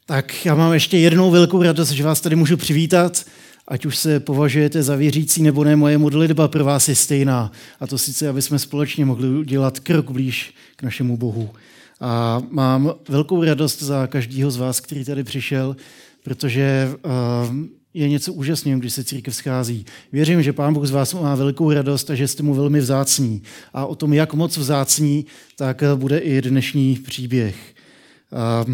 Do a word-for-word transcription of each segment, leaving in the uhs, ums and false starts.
Tak já mám ještě jednou velkou radost, že vás tady můžu přivítat, ať už se považujete za věřící nebo ne, moje modlitba pro vás je stejná. A to sice, aby jsme společně mohli udělat krok blíž k našemu Bohu. A mám velkou radost za každého z vás, který tady přišel, protože uh, je něco úžasného, když se církev schází. Věřím, že Pán Bůh z vás má velkou radost a že jste mu velmi vzácní. A o tom, jak moc vzácní, tak bude i dnešní příběh. Uh,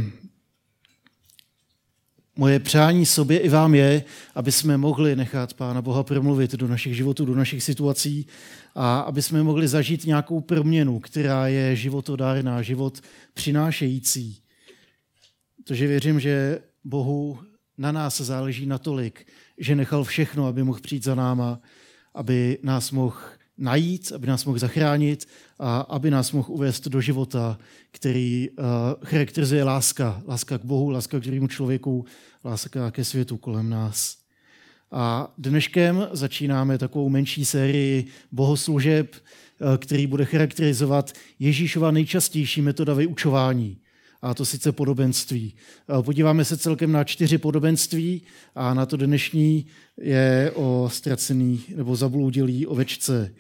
Moje přání sobě i vám je, aby jsme mohli nechat Pána Boha promluvit do našich životů, do našich situací a aby jsme mohli zažít nějakou proměnu, která je životodárná, život přinášející. Protože věřím, že Bohu na nás záleží natolik, že nechal všechno, aby mohl přijít za náma, aby nás mohl najít, aby nás mohl zachránit a aby nás mohl uvést do života, který uh, charakterizuje láska. Láska k Bohu, láska k druhému člověku, láska ke světu kolem nás. A dneškem začínáme takovou menší sérii bohoslužeb, uh, který bude charakterizovat Ježíšova nejčastější metoda vyučování. A to sice podobenství. Uh, podíváme se celkem na čtyři podobenství a na to dnešní je o ztracený nebo zabloudilý ovečce.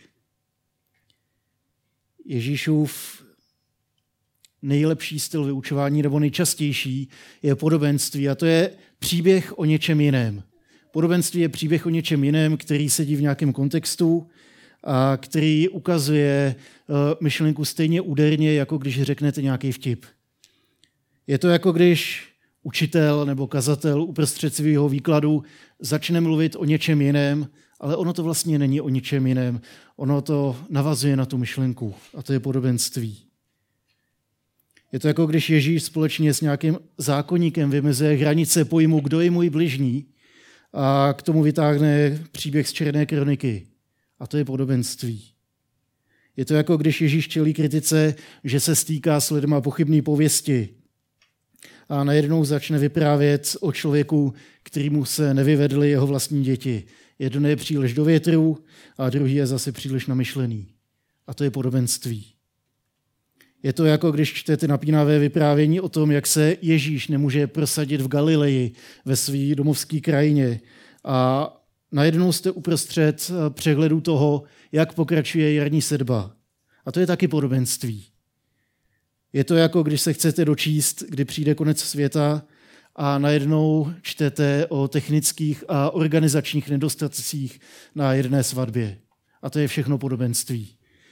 Ježíšův nejlepší styl vyučování nebo nejčastější je podobenství a to je příběh o něčem jiném. Podobenství je příběh o něčem jiném, který sedí v nějakém kontextu a který ukazuje myšlenku stejně úderně, jako když řeknete nějaký vtip. Je to jako když učitel nebo kazatel uprostřed svého výkladu začne mluvit o něčem jiném, ale ono to vlastně není o ničem jiném. Ono to navazuje na tu myšlenku a to je podobenství. Je to jako když Ježíš společně s nějakým zákonníkem vymezuje hranice pojmu, kdo je můj bližní a k tomu vytáhne příběh z Černé kroniky. A to je podobenství. Je to jako když Ježíš čelí kritice, že se stýká s lidma pochybný pověsti a najednou začne vyprávět o člověku, kterýmu se nevyvedly jeho vlastní děti. Jeden je příliš do větru a druhý je zase příliš namyšlený. A to je podobenství. Je to jako když čtete napínavé vyprávění o tom, jak se Ježíš nemůže prosadit v Galileji, ve své domovské krajině. A najednou jste uprostřed přehledu toho, jak pokračuje jarní sedba. A to je taky podobenství. Je to jako když se chcete dočíst, kdy přijde konec světa a najednou čtete o technických a organizačních nedostatcích na jedné svatbě. A to je všechno podobenství.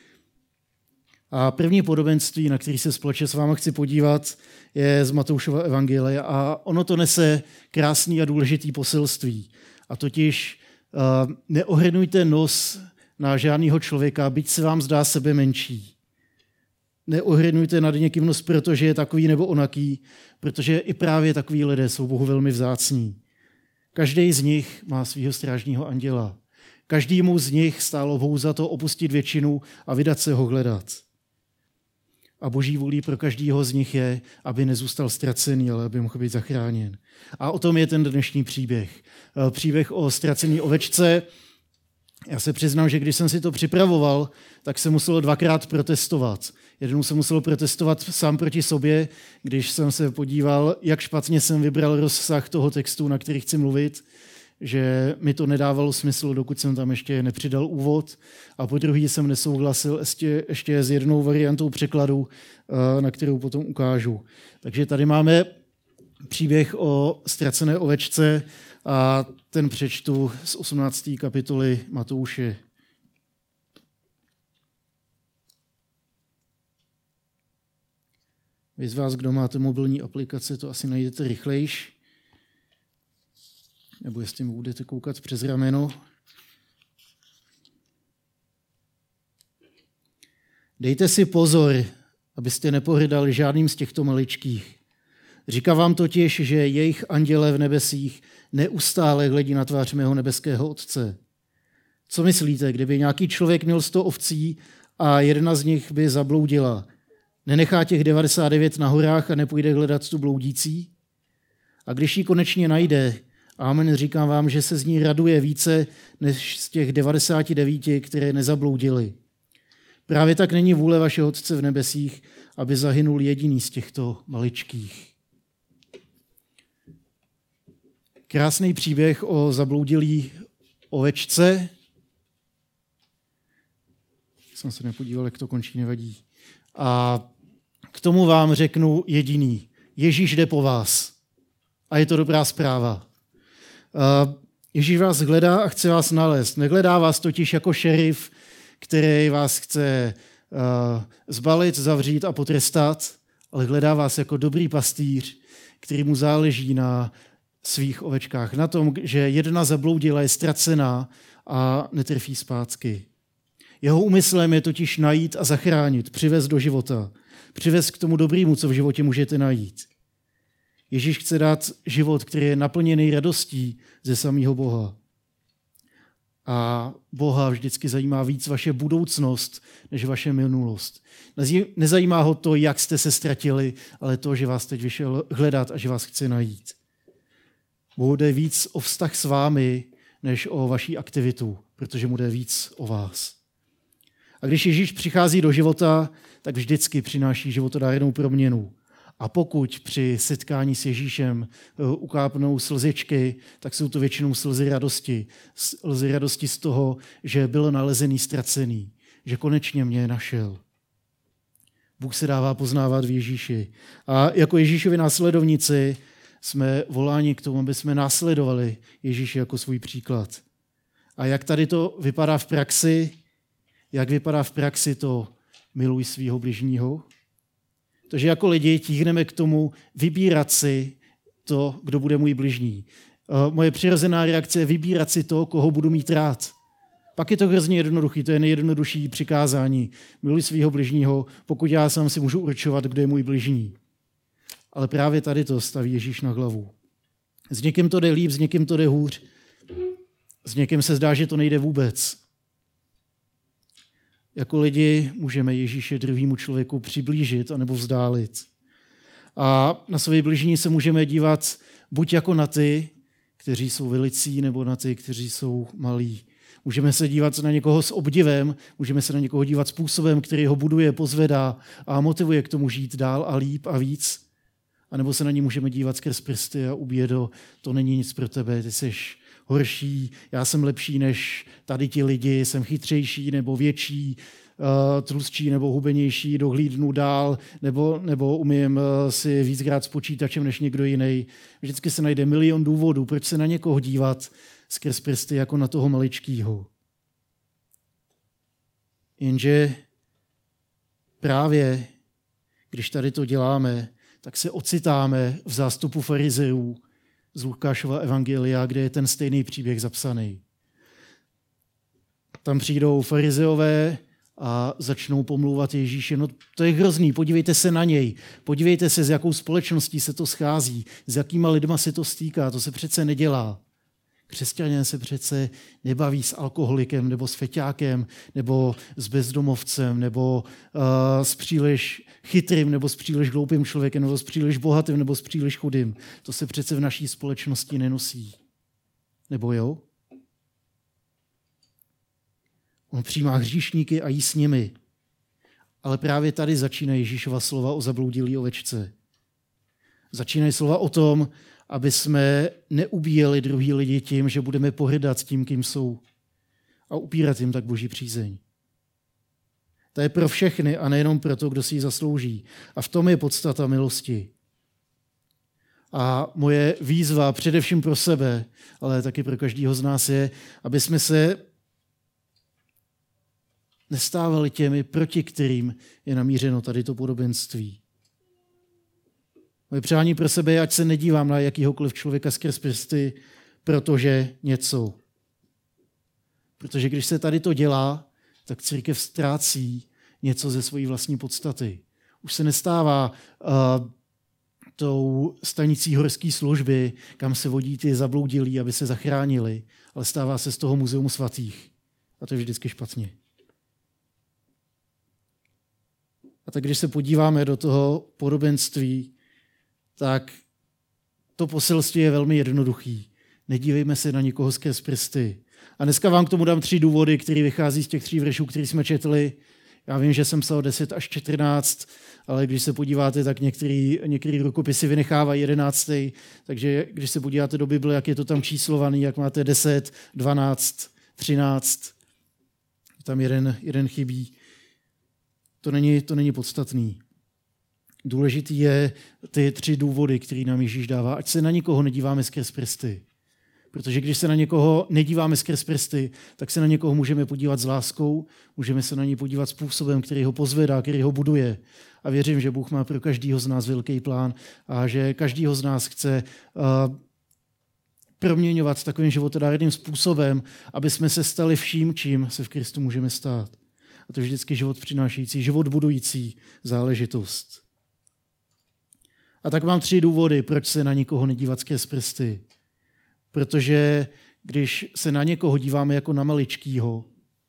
A první podobenství, na který se společně s vámi chci podívat, je z Matoušova evangelia a ono to nese krásný a důležitý poselství. A totiž uh, neohrnujte nos na žádného člověka, byť se vám zdá sebe menší. Neohrnujte nad někým nos, protože je takový nebo onaký, protože i právě takový lidé jsou Bohu velmi vzácní. Každý z nich má svého strážního anděla. Každému z nich stálo Bohu za to opustit většinu a vydat se ho hledat. A Boží vůlí pro každého z nich je, aby nezůstal ztracený, ale aby mohl být zachráněn. A o tom je ten dnešní příběh. Příběh o ztracené ovečce. Já se přiznám, že když jsem si to připravoval, tak jsem musel dvakrát protestovat. Jednou jsem musel protestovat sám proti sobě, když jsem se podíval, jak špatně jsem vybral rozsah toho textu, na který chci mluvit, že mi to nedávalo smysl, dokud jsem tam ještě nepřidal úvod. A po druhý jsem nesouhlasil ještě, ještě s jednou variantou překladu, na kterou potom ukážu. Takže tady máme příběh o ztracené ovečce a ten přečtu z osmnácté kapitoly Matouše. Vy z vás, kdo máte mobilní aplikace, to asi najdete rychlejš. Nebo jestli mi budete koukat přes rameno. Dejte si pozor, abyste nepohrdali žádným z těchto maličkých. Říká vám totiž, že jejich anděle v nebesích neustále hledí na tvář mého nebeského Otce. Co myslíte, kdyby nějaký člověk měl sto ovcí a jedna z nich by zabloudila? Nenechá těch devadesát devět na horách a nepůjde hledat tu bloudící? A když ji konečně najde, amen, říkám vám, že se z ní raduje více než z těch devadesát devět, které nezabloudily. Právě tak není vůle vašeho Otce v nebesích, aby zahynul jediný z těchto maličkých. krásný příběh o zabloudilý ovečce. Jsem se nepodíval, jak to končí, nevadí. A k tomu vám řeknu jediný. Ježíš jde po vás. A je to dobrá zpráva. Ježíš vás hledá a chce vás nalézt. Nehledá vás totiž jako šerif, který vás chce zbalit, zavřít a potrestat, ale hledá vás jako dobrý pastýř, který mu záleží na svých ovečkách. Na tom, že jedna zabloudila, je ztracená a netrfí zpátky. Jeho úmyslem je totiž najít a zachránit, přivést do života. Přivést k tomu dobrému, co v životě můžete najít. Ježíš chce dát život, který je naplněný radostí ze samého Boha. A Boha vždycky zajímá víc vaše budoucnost, než vaše minulost. Nezajímá ho to, jak jste se ztratili, ale to, že vás teď vyšel hledat a že vás chce najít. Bohu jde víc o vztah s vámi, než o vaší aktivitu, protože mu jde víc o vás. A když Ježíš přichází do života, tak vždycky přináší životodárnou proměnu. A pokud při setkání s Ježíšem ukápnou slzičky, tak jsou to většinou slzy radosti. Slzy radosti z toho, že byl nalezený, ztracený, že konečně mě našel. Bůh se dává poznávat v Ježíši. A jako Ježíšovi následovníci jsme voláni k tomu, aby jsme následovali Ježíše jako svůj příklad. A jak tady to vypadá v praxi? Jak vypadá v praxi to miluj svýho bližního? Takže jako lidi tíhneme k tomu vybírat si to, kdo bude můj bližní. Moje přirozená reakce je vybírat si to, koho budu mít rád. Pak je to hrozně jednoduchý, to je nejjednodušší přikázání. Miluj svýho bližního, pokud já sám si můžu určovat, kdo je můj bližní. Ale právě tady to staví Ježíš na hlavu. S někým to jde líp, s někým to jde hůř. S někým se zdá, že to nejde vůbec. Jako lidi můžeme Ježíše druhému člověku přiblížit anebo vzdálit. A na své bližní se můžeme dívat buď jako na ty, kteří jsou velicí, nebo na ty, kteří jsou malí. Můžeme se dívat na někoho s obdivem, můžeme se na někoho dívat způsobem, který ho buduje, pozvedá a motivuje k tomu žít dál a líp a víc. A nebo se na ně můžeme dívat skrz prsty a ubědo, to není nic pro tebe, ty jsi horší, já jsem lepší než tady ti lidi, jsem chytřejší nebo větší, tlustší nebo hubenější, dohlídnu dál, nebo, nebo umím si víc hrát s počítačem než někdo jiný. Vždycky se najde milion důvodů, proč se na někoho dívat skrz prsty jako na toho maličkýho. Jenže právě, když tady to děláme, tak se ocitáme v zástupu farizeů z Lukášova evangelia, kde je ten stejný příběh zapsaný. Tam přijdou farizeové a začnou pomlouvat Ježíše. No to je hrozný, podívejte se na něj. Podívejte se, s jakou společností se to schází, s jakýma lidma se to stýká. To se přece nedělá. Křesťané se přece nebaví s alkoholikem nebo s feťákem nebo s bezdomovcem nebo uh, s příliš chytrým nebo s příliš hloupým člověkem nebo s příliš bohatým nebo s příliš chudým. To se přece v naší společnosti nenosí. Nebo jo? On přijímá hříšníky a jí s nimi. Ale právě tady začínají Ježíšova slova o zabloudilý ovečce. Začínají slova o tom, aby jsme neubíjeli druhý lidi tím, že budeme pohrdat tím, kým jsou a upírat jim tak Boží přízeň. To je pro všechny a nejenom pro to, kdo si ji zaslouží. A v tom je podstata milosti. A moje výzva především pro sebe, ale taky pro každého z nás je, aby jsme se nestávali těmi, proti kterým je namířeno tady to podobenství. Moje přání pro sebe je, ať se nedívám na jakýhokoliv člověka skrz prsty, protože něco. Protože když se tady to dělá, tak církev ztrácí něco ze své vlastní podstaty. Už se nestává uh, tou stanicí horské služby, kam se vodí ty zabloudilí, aby se zachránili, ale stává se z toho muzeum svatých. A to je vždycky špatně. A tak když se podíváme do toho podobenství, tak to poselství je velmi jednoduchý. Nedívejme se na nikoho skrz prsty. A dneska vám k tomu dám tři důvody, které vychází z těch tří veršů, které jsme četli. Já vím, že jsem psal deset až čtrnáct, ale když se podíváte, tak některý, některý rukopisy vynechávají jedenáctý, takže když se podíváte do Bible, jak je to tam číslovaný, jak máte deset, dvanáct, třináct, tam jeden, jeden chybí. To není, to není podstatný. Důležitý je ty tři důvody, které nám Ježíš dává. Ať se na nikoho nedíváme skrz prsty. Protože když se na někoho nedíváme skrz prsty, tak se na někoho můžeme podívat s láskou, můžeme se na něj podívat způsobem, který ho pozvedá, který ho buduje. A věřím, že Bůh má pro každého z nás velký plán a že každého z nás chce uh, proměňovat takovým životodárným způsobem, aby jsme se stali vším, čím se v Kristu můžeme stát. A to je vždycky život přinášející, život budující záležitost. A tak mám tři důvody, proč se na nikoho nedívat skrz prsty. Protože když se na někoho díváme jako na maličkýho,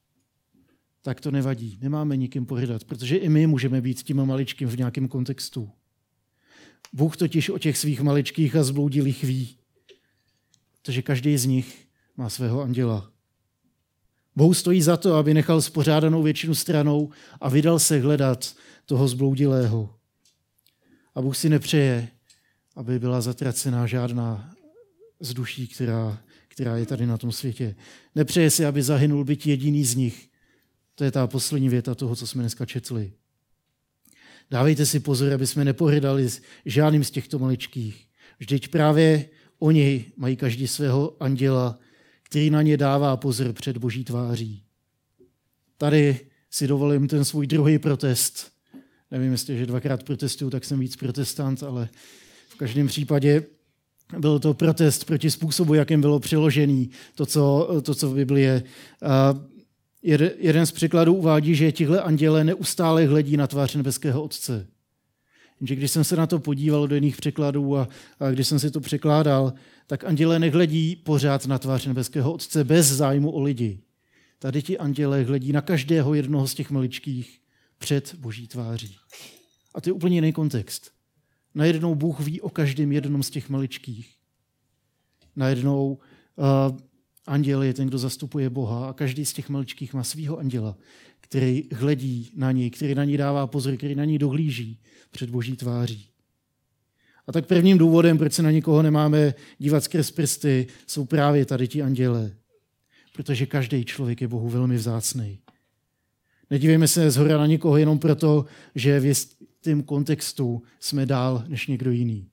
tak to nevadí. Nemáme nikým pohrdat, protože i my můžeme být tím maličkým v nějakém kontextu. Bůh totiž o těch svých maličkých a zbloudilých ví, protože každý z nich má svého anděla. Bohu stojí za to, aby nechal spořádanou většinu stranou a vydal se hledat toho zbloudilého. A Bůh si nepřeje, aby byla zatracená žádná z duší, která, která je tady na tom světě. Nepřeje si, aby zahynul byť jediný z nich. To je ta poslední věta toho, co jsme dneska četli. Dávejte si pozor, aby jsme nepohrdali žádným z těchto maličkých. Vždyť právě oni mají každý svého anděla, který na ně dává pozor před Boží tváří. Tady si dovolím ten svůj druhý protest. Nevím, jestli že dvakrát protestuju, tak jsem víc protestant, ale v každém případě byl to protest proti způsobu, jakým bylo přiložený to, co, to, co v Biblii je. Jeden z překladů uvádí, že tihle anděle neustále hledí na tvář nebeského Otce. Jenže když jsem se na to podíval do jiných překladů a, a když jsem si to překládal, tak anděle nehledí pořád na tvář nebeského Otce bez zájmu o lidi. Tady ti anděle hledí na každého jednoho z těch maličkých před Boží tváří. A to je úplně jiný kontext. Najednou Bůh ví o každém jednom z těch maličkých. Najednou uh, anděl je ten, kdo zastupuje Boha a každý z těch maličkých má svého anděla, který hledí na něj, který na něj dává pozor, který na něj dohlíží před Boží tváří. A tak prvním důvodem, proč se na nikoho nemáme dívat skrz prsty, jsou právě tady ti anděle. Protože každý člověk je Bohu velmi vzácný. Nedívejme se zhora na nikoho jenom proto, že v jistém kontextu jsme dál než někdo jiný.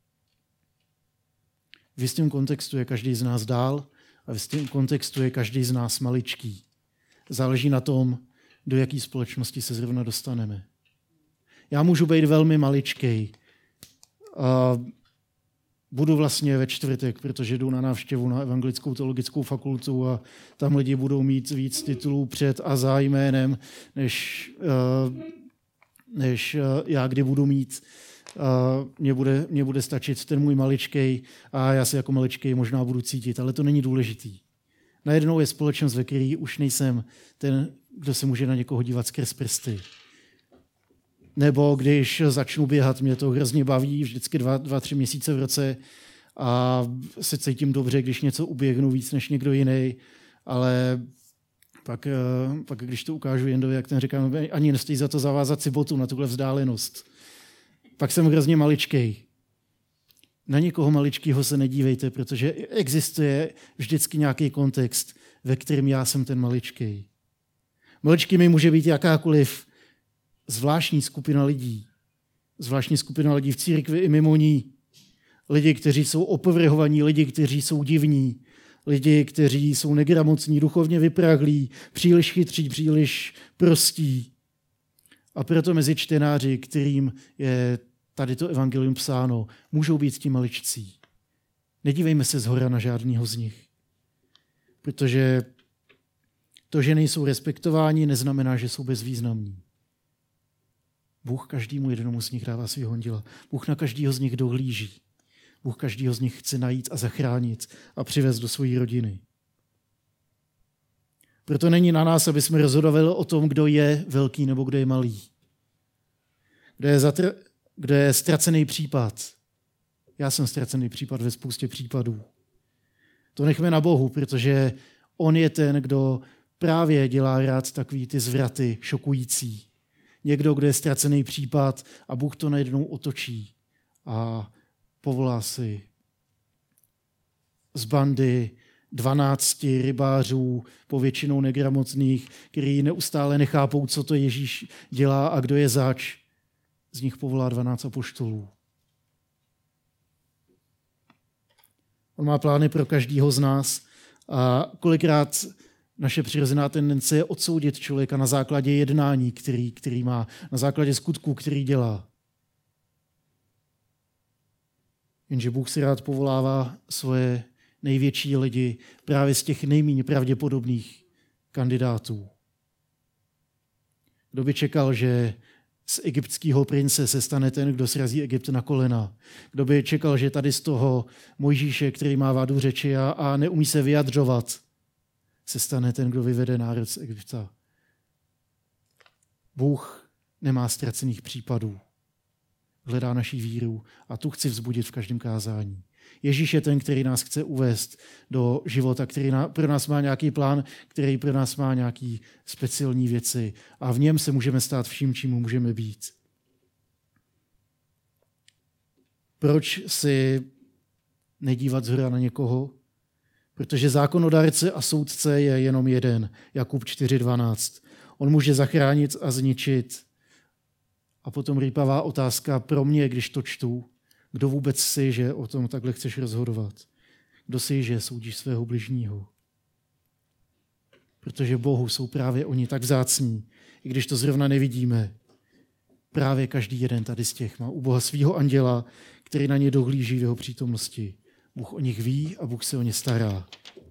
V jistém kontextu je každý z nás dál a v jistém kontextu je každý z nás maličký. Záleží na tom, do jaké společnosti se zrovna dostaneme. Já můžu být velmi maličkej. A budu vlastně ve čtvrtek, protože jdu na návštěvu na Evangelickou teologickou fakultu a tam lidi budou mít víc titulů před a za jménem, než, než já kdy budu mít. Mně bude, mně bude stačit ten můj maličkej a já se jako maličkej možná budu cítit, ale to není důležitý. Najednou je společnost, ve které už nejsem ten, kdo se může na někoho dívat skrz prsty. Nebo když začnu běhat, mě to hrozně baví, vždycky dva, dva, tři měsíce v roce a se cítím dobře, když něco uběhnu víc než někdo jiný, ale pak, pak když to ukážu Jendovi, jak ten říká, ani nestojí za to zavázat si botu na tuhle vzdálenost. Pak jsem hrozně maličkej. Na někoho maličkýho se nedívejte, protože existuje vždycky nějaký kontext, ve kterém já jsem ten maličkej. Maličký mi může být jakákoliv zvláštní skupina lidí. Zvláštní skupina lidí v církvi i mimo ní. Lidi, kteří jsou opovrhovaní, lidi, kteří jsou divní, lidi, kteří jsou negramotní, duchovně vyprahlí, příliš chytří, příliš prostí. A proto mezi čtenáři, kterým je tady to evangelium psáno, můžou být ti maličcí. Nedívejme se zhora na žádného z nich. Protože to, že nejsou respektováni, neznamená, že jsou bezvýznamní. Bůh každému jednomu z nich dává svého anděla. Bůh na každého z nich dohlíží. Bůh každého z nich chce najít a zachránit a přivést do své rodiny. Proto není na nás, aby jsme rozhodovali o tom, kdo je velký nebo kdo je malý. Kdo je, zatr- kdo je ztracený případ. Já jsem ztracený případ ve spoustě případů. To nechme na Bohu, protože on je ten, kdo právě dělá rád takový ty zvraty šokující. Někdo, kdo je ztracený případ a Bůh to najednou otočí a povolá si z bandy dvanácti rybářů, povětšinou negramotných, kteří neustále nechápou, co to Ježíš dělá a kdo je zač. Z nich povolá dvanáct apoštolů. On má plány pro každého z nás a kolikrát naše přirozená tendence je odsoudit člověka na základě jednání, který, který má, na základě skutků, který dělá. Jenže Bůh si rád povolává svoje největší lidi právě z těch nejméně pravděpodobných kandidátů. Kdo by čekal, že z egyptského prince se stane ten, kdo srazí Egypt na kolena? Kdo by čekal, že tady z toho Mojžíše, který má vádu řeči a, a neumí se vyjadřovat, se stane ten, kdo vyvede národ z Egypta? Bůh nemá ztracených případů. Hledá naší víru a tu chci vzbudit v každém kázání. Ježíš je ten, který nás chce uvést do života, který pro nás má nějaký plán, který pro nás má nějaké speciální věci a v něm se můžeme stát vším, čím můžeme být. Proč si nedívat zhora na někoho? Protože zákonodárce a soudce je jenom jeden, Jakub čtyři dvanáct. On může zachránit a zničit. A potom rýpavá otázka pro mě, když to čtu, kdo vůbec jsi, že o tom takhle chceš rozhodovat? Kdo jsi, že soudíš svého bližního? Protože Bohu jsou právě oni tak vzácní, i když to zrovna nevidíme. Právě každý jeden tady z těch má u Boha svýho anděla, který na ně dohlíží v jeho přítomnosti. Bůh o nich ví a Bůh se o ně stará.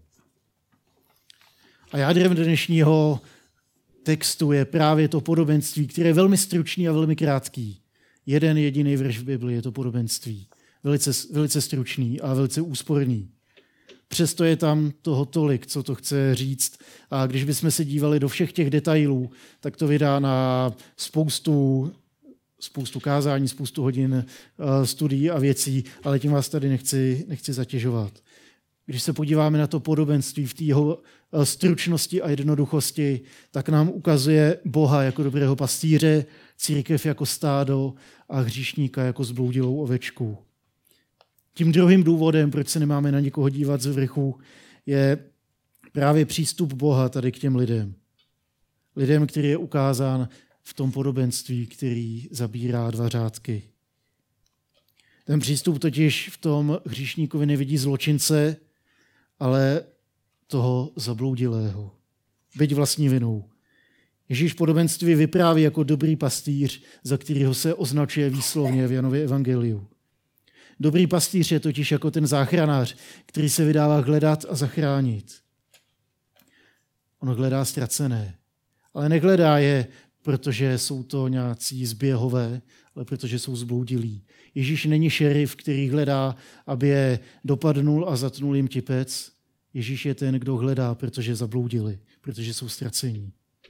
A jádrem dnešního textu je právě to podobenství, které je velmi stručný a velmi krátký. Jeden jediný verš v Bibli je to podobenství. Velice, velice stručný a velice úsporný. Přesto je tam toho tolik, co to chce říct. A když bychom se dívali do všech těch detailů, tak to vydá na spoustu, spoustu kázání, spoustu hodin studií a věcí, ale tím vás tady nechci, nechci zatěžovat. Když se podíváme na to podobenství v té jeho stručnosti a jednoduchosti, tak nám ukazuje Boha jako dobrého pastýře, církev jako stádo a hříšníka jako zbloudilou ovečku. Tím druhým důvodem, proč se nemáme na nikoho dívat z vrchu, je právě přístup Boha tady k těm lidem. Lidem, který je ukázán v tom podobenství, který zabírá dva řádky. Ten přístup totiž v tom hříšníkovi nevidí zločince, ale toho zabloudilého, byť vlastní vinou. Ježíš podobenství vypráví jako dobrý pastýř, za kterého se označuje výslovně v Janově evangeliu. Dobrý pastýř je totiž jako ten záchranář, který se vydává hledat a zachránit. On hledá ztracené, ale nehledá je, protože jsou to nějací zběhové, ale protože jsou zbloudilí. Ježíš není šerif, který hledá, aby je dopadnul a zatnul jim tipec. Ježíš je ten, kdo hledá, protože zabloudili, protože jsou ztracení.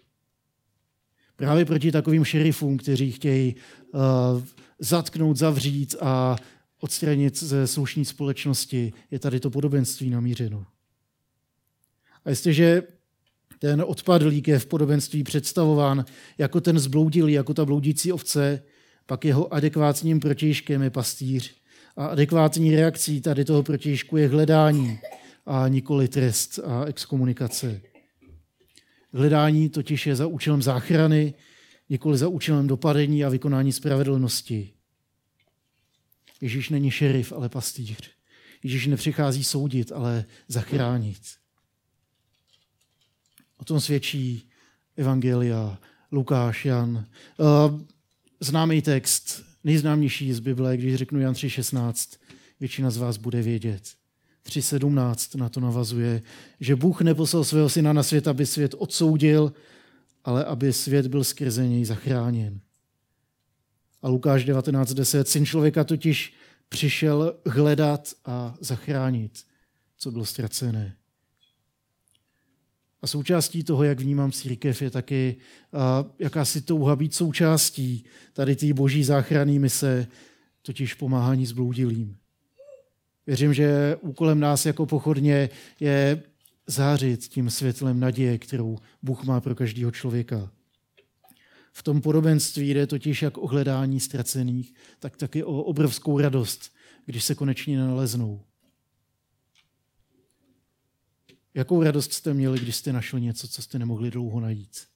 Právě proti takovým šerifům, kteří chtějí uh, zatknout, zavřít a odstranit ze slušné společnosti, je tady to podobenství namířeno. A jestliže ten odpadlík je v podobenství představován jako ten zbloudilý, jako ta bloudící ovce, pak jeho adekvátním protějškem je pastýř. A adekvátní reakcí tady toho protějšku je hledání a nikoli trest a exkomunikace. Hledání totiž je za účelem záchrany, nikoli za účelem dopadení a vykonání spravedlnosti. Ježíš není šerif, ale pastýř. Ježíš nepřichází soudit, ale zachránit. O tom svědčí evangelia, Lukáš, Jan. Známý text, nejznámější z Bible, když řeknu Jan tři šestnáct, většina z vás bude vědět. tři sedmnáct na to navazuje, že Bůh neposlal svého syna na svět, aby svět odsoudil, ale aby svět byl skrze něj zachráněn. A Lukáš devatenáct deset, syn člověka totiž přišel hledat a zachránit, co bylo ztracené. A součástí toho, jak vnímám církev, je taky a, jakási touha být součástí tady té boží záchranné mise, totiž pomáhání zbloudilým. Věřím, že úkolem nás jako pochodně je zářit tím světlem naděje, kterou Bůh má pro každého člověka. V tom podobenství jde totiž jak o hledání ztracených, tak taky o obrovskou radost, když se konečně naleznou. Jakou radost jste měli, když jste našli něco, co jste nemohli dlouho najít?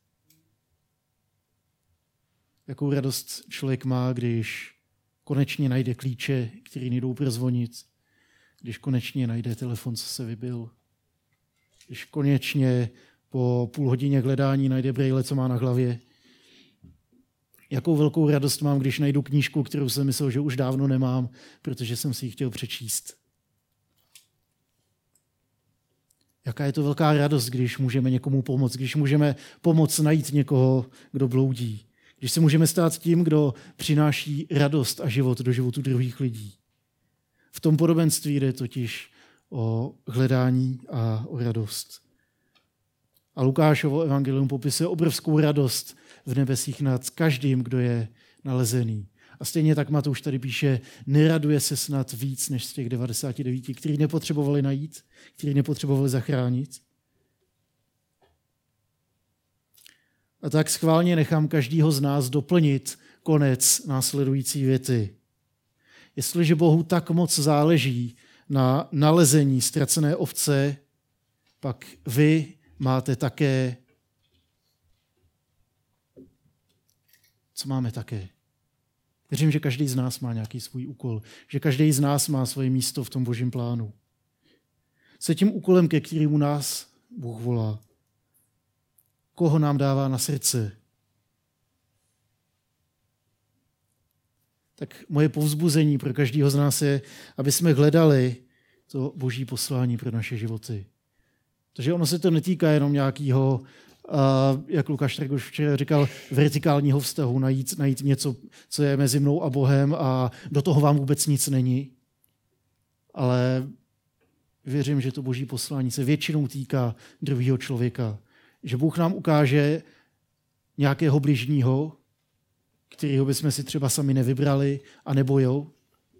Jakou radost člověk má, když konečně najde klíče, který nejdou prozvonit, když konečně najde telefon, co se vybil, když konečně po půl hodině hledání najde brejle, co má na hlavě. Jakou velkou radost mám, když najdu knížku, kterou jsem myslel, že už dávno nemám, protože jsem si ji chtěl přečíst. Jaká je to velká radost, když můžeme někomu pomoct, když můžeme pomoct najít někoho, kdo bloudí. Když se můžeme stát tím, kdo přináší radost a život do životu druhých lidí. V tom podobenství jde totiž o hledání a o radost. A Lukášovo evangelium popisuje obrovskou radost v nebesích nad každým, kdo je nalezený. A stejně tak Matouš tady píše, neraduje se snad víc než z těch devadesát devět, kteří nepotřebovali najít, kteří nepotřebovali zachránit. A tak schválně nechám každýho z nás doplnit konec následující věty. Jestliže Bohu tak moc záleží na nalezení ztracené ovce, pak vy máte také, co máme také. Věřím, že každý z nás má nějaký svůj úkol, že každý z nás má svoje místo v tom božím plánu. Se tím úkolem, ke kterému nás Bůh volá. Koho nám dává na srdce. Tak moje povzbuzení pro každého z nás je, aby jsme hledali to boží poslání pro naše životy. Takže ono se to netýká jenom nějakého, jak Lukáš Tragoš včera říkal, vertikálního vztahu, najít, najít něco, co je mezi mnou a Bohem a do toho vám vůbec nic není. Ale věřím, že to boží poslání se většinou týká druhého člověka. Že Bůh nám ukáže nějakého bližního, kterého bychom si třeba sami nevybrali, anebo jo.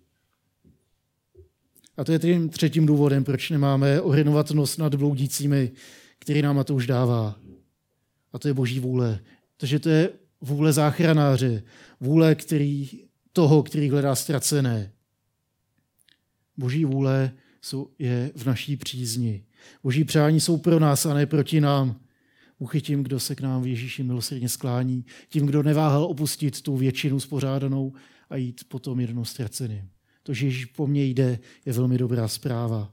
A to je tím třetím důvodem, proč nemáme ohrnovat nos nad bloudícími, který nám to už dává. A to je boží vůle. Takže to je vůle záchranáře, vůle který, toho, který hledá ztracené. Boží vůle je v naší přízni. Boží přání jsou pro nás a ne proti nám. Bůh je tím, kdo se k nám v Ježíši milosrdně sklání, tím, kdo neváhal opustit tu většinu spořádanou a jít potom jednou ztraceným. To, že Ježíš po mně jde, je velmi dobrá zpráva.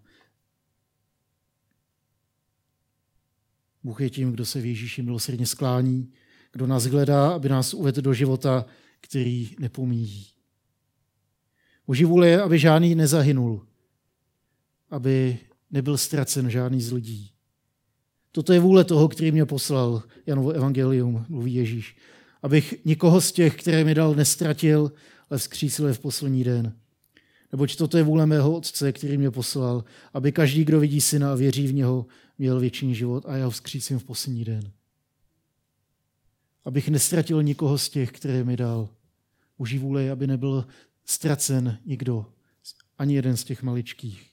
Bůh je tím, kdo se v Ježíši milosrdně sklání, kdo nás hledá, aby nás uvedl do života, který nepomíjí. Boží vůle je, aby žádný nezahynul, aby nebyl ztracen žádný z lidí. Toto je vůle toho, který mě poslal, Janovo evangelium, mluví Ježíš. Abych nikoho z těch, které mi dal, nestratil, ale vzkřísil je v poslední den. Neboť toto je vůle mého Otce, který mě poslal, aby každý, kdo vidí Syna a věří v něho, měl věčný život a já ho vzkřísím v poslední den. Abych nestratil nikoho z těch, které mi dal. Boží vůle je, aby nebyl ztracen nikdo, ani jeden z těch maličkých.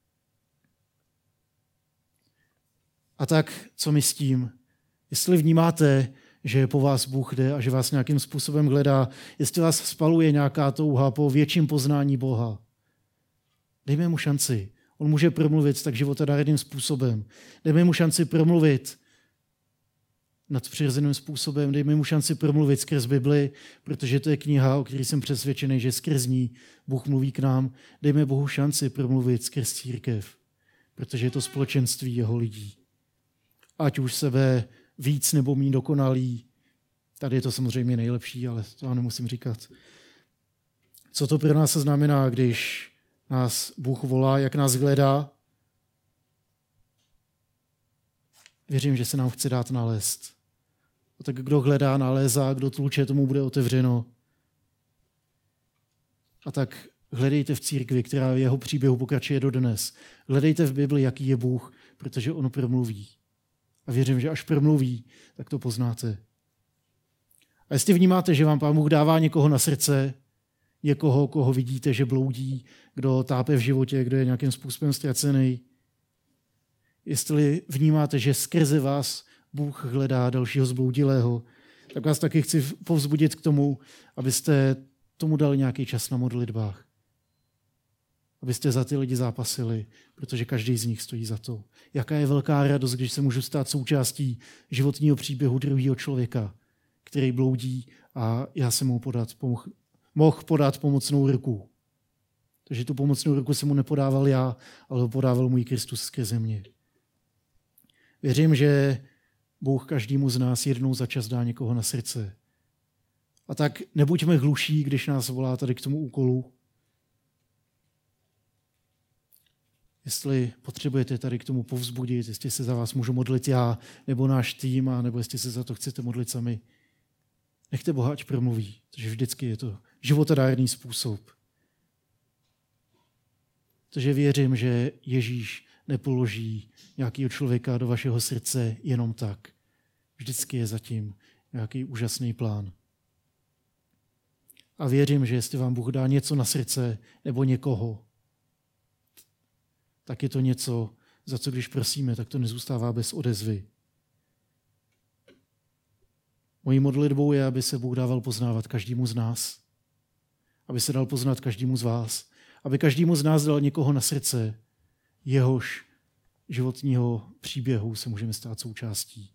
A tak, co my s tím? Jestli vnímáte, že po vás Bůh jde a že vás nějakým způsobem hledá, jestli vás spaluje nějaká touha po větším poznání Boha, dejme mu šanci. On může promluvit tak životadárným způsobem. Dejme mu šanci promluvit nadpřirozeným způsobem, dejme mu šanci promluvit skrz Bibli, protože to je kniha, o které jsem přesvědčený, že skrz ní Bůh mluví k nám. Dejme Bohu šanci promluvit skrz církev, protože je to společenství jeho lidí. Ať už sebe víc nebo míň dokonalý, tady je to samozřejmě nejlepší, ale to já nemusím říkat. Co to pro nás znamená, když nás Bůh volá, jak nás hledá? Věřím, že se nám chce dát nalézt. A tak kdo hledá, nalézá, kdo tluče, tomu bude otevřeno. A tak hledejte v církvi, která v jeho příběhu pokračuje dodnes. Hledejte v Bibli, jaký je Bůh, protože on promluví. A věřím, že až promluví, tak to poznáte. A jestli vnímáte, že vám Pán Bůh dává někoho na srdce, někoho, koho vidíte, že bloudí, kdo tápe v životě, kdo je nějakým způsobem ztracený, jestli vnímáte, že skrze vás Bůh hledá dalšího zbloudilého, tak vás taky chci povzbudit k tomu, abyste tomu dali nějaký čas na modlitbách. Abyste za ty lidi zápasili, protože každý z nich stojí za to. Jaká je velká radost, když se můžu stát součástí životního příběhu druhého člověka, který bloudí a já jsem mu podat, pomoh, mohl podat pomocnou ruku. Takže tu pomocnou ruku jsem mu nepodával já, ale ho podával můj Kristus skrze mě. Věřím, že Bůh každému z nás jednou za čas dá někoho na srdce. A tak nebuďme hluší, když nás volá tady k tomu úkolu. Jestli potřebujete tady k tomu povzbudit, jestli se za vás můžu modlit já, nebo náš tým, a nebo jestli se za to chcete modlit sami. Nechte Boha, ať promluví, protože vždycky je to životodárný způsob. Takže věřím, že Ježíš nepoloží nějakého člověka do vašeho srdce jenom tak. Vždycky je zatím nějaký úžasný plán. A věřím, že jestli vám Bůh dá něco na srdce nebo někoho, tak je to něco, za co když prosíme, tak to nezůstává bez odezvy. Mojí modlitbou je, aby se Bůh dával poznávat každému z nás. Aby se dal poznat každému z vás. Aby každému z nás dal někoho na srdce, jehož životního příběhu se můžeme stát součástí.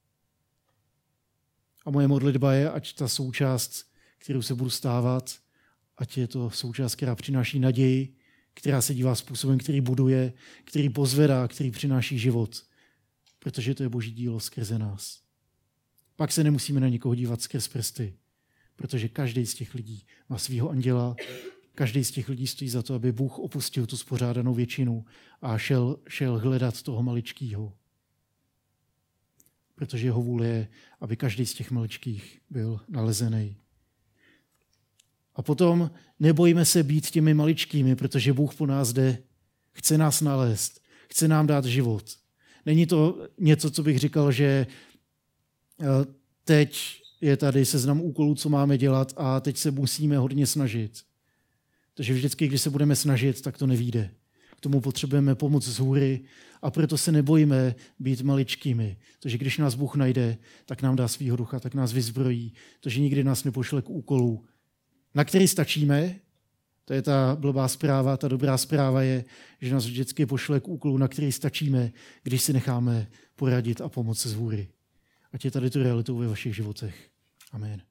A moje modlitba je, ať ta součást, kterou se budu stávat, ať je to součást, která přináší naději, která se dívá způsobem, který buduje, který pozvedá, který přináší život, protože to je Boží dílo skrze nás. Pak se nemusíme na nikoho dívat skrz prsty, protože každý z těch lidí má svého anděla, každý z těch lidí stojí za to, aby Bůh opustil tu spořádanou většinu a šel, šel hledat toho maličkýho. Protože jeho vůle je, aby každý z těch maličkých byl nalezený. A potom nebojíme se být těmi maličkými, protože Bůh po nás jde, chce nás nalézt, chce nám dát život. Není to něco, co bych říkal, že teď je tady seznam úkolů, co máme dělat a teď se musíme hodně snažit. Takže vždycky, když se budeme snažit, tak to nevyjde. K tomu potřebujeme pomoc z hůry a proto se nebojíme být maličkými. Takže když nás Bůh najde, tak nám dá svýho ducha, tak nás vyzbrojí. Takže nikdy nás nepošle k úkolu, na který stačíme. To je ta blbá zpráva. Ta dobrá zpráva je, že nás vždycky pošle k úkolu, na který stačíme, když si necháme poradit a pomoct z hůry. Ať je tady tu realitou ve vašich životech. Amen.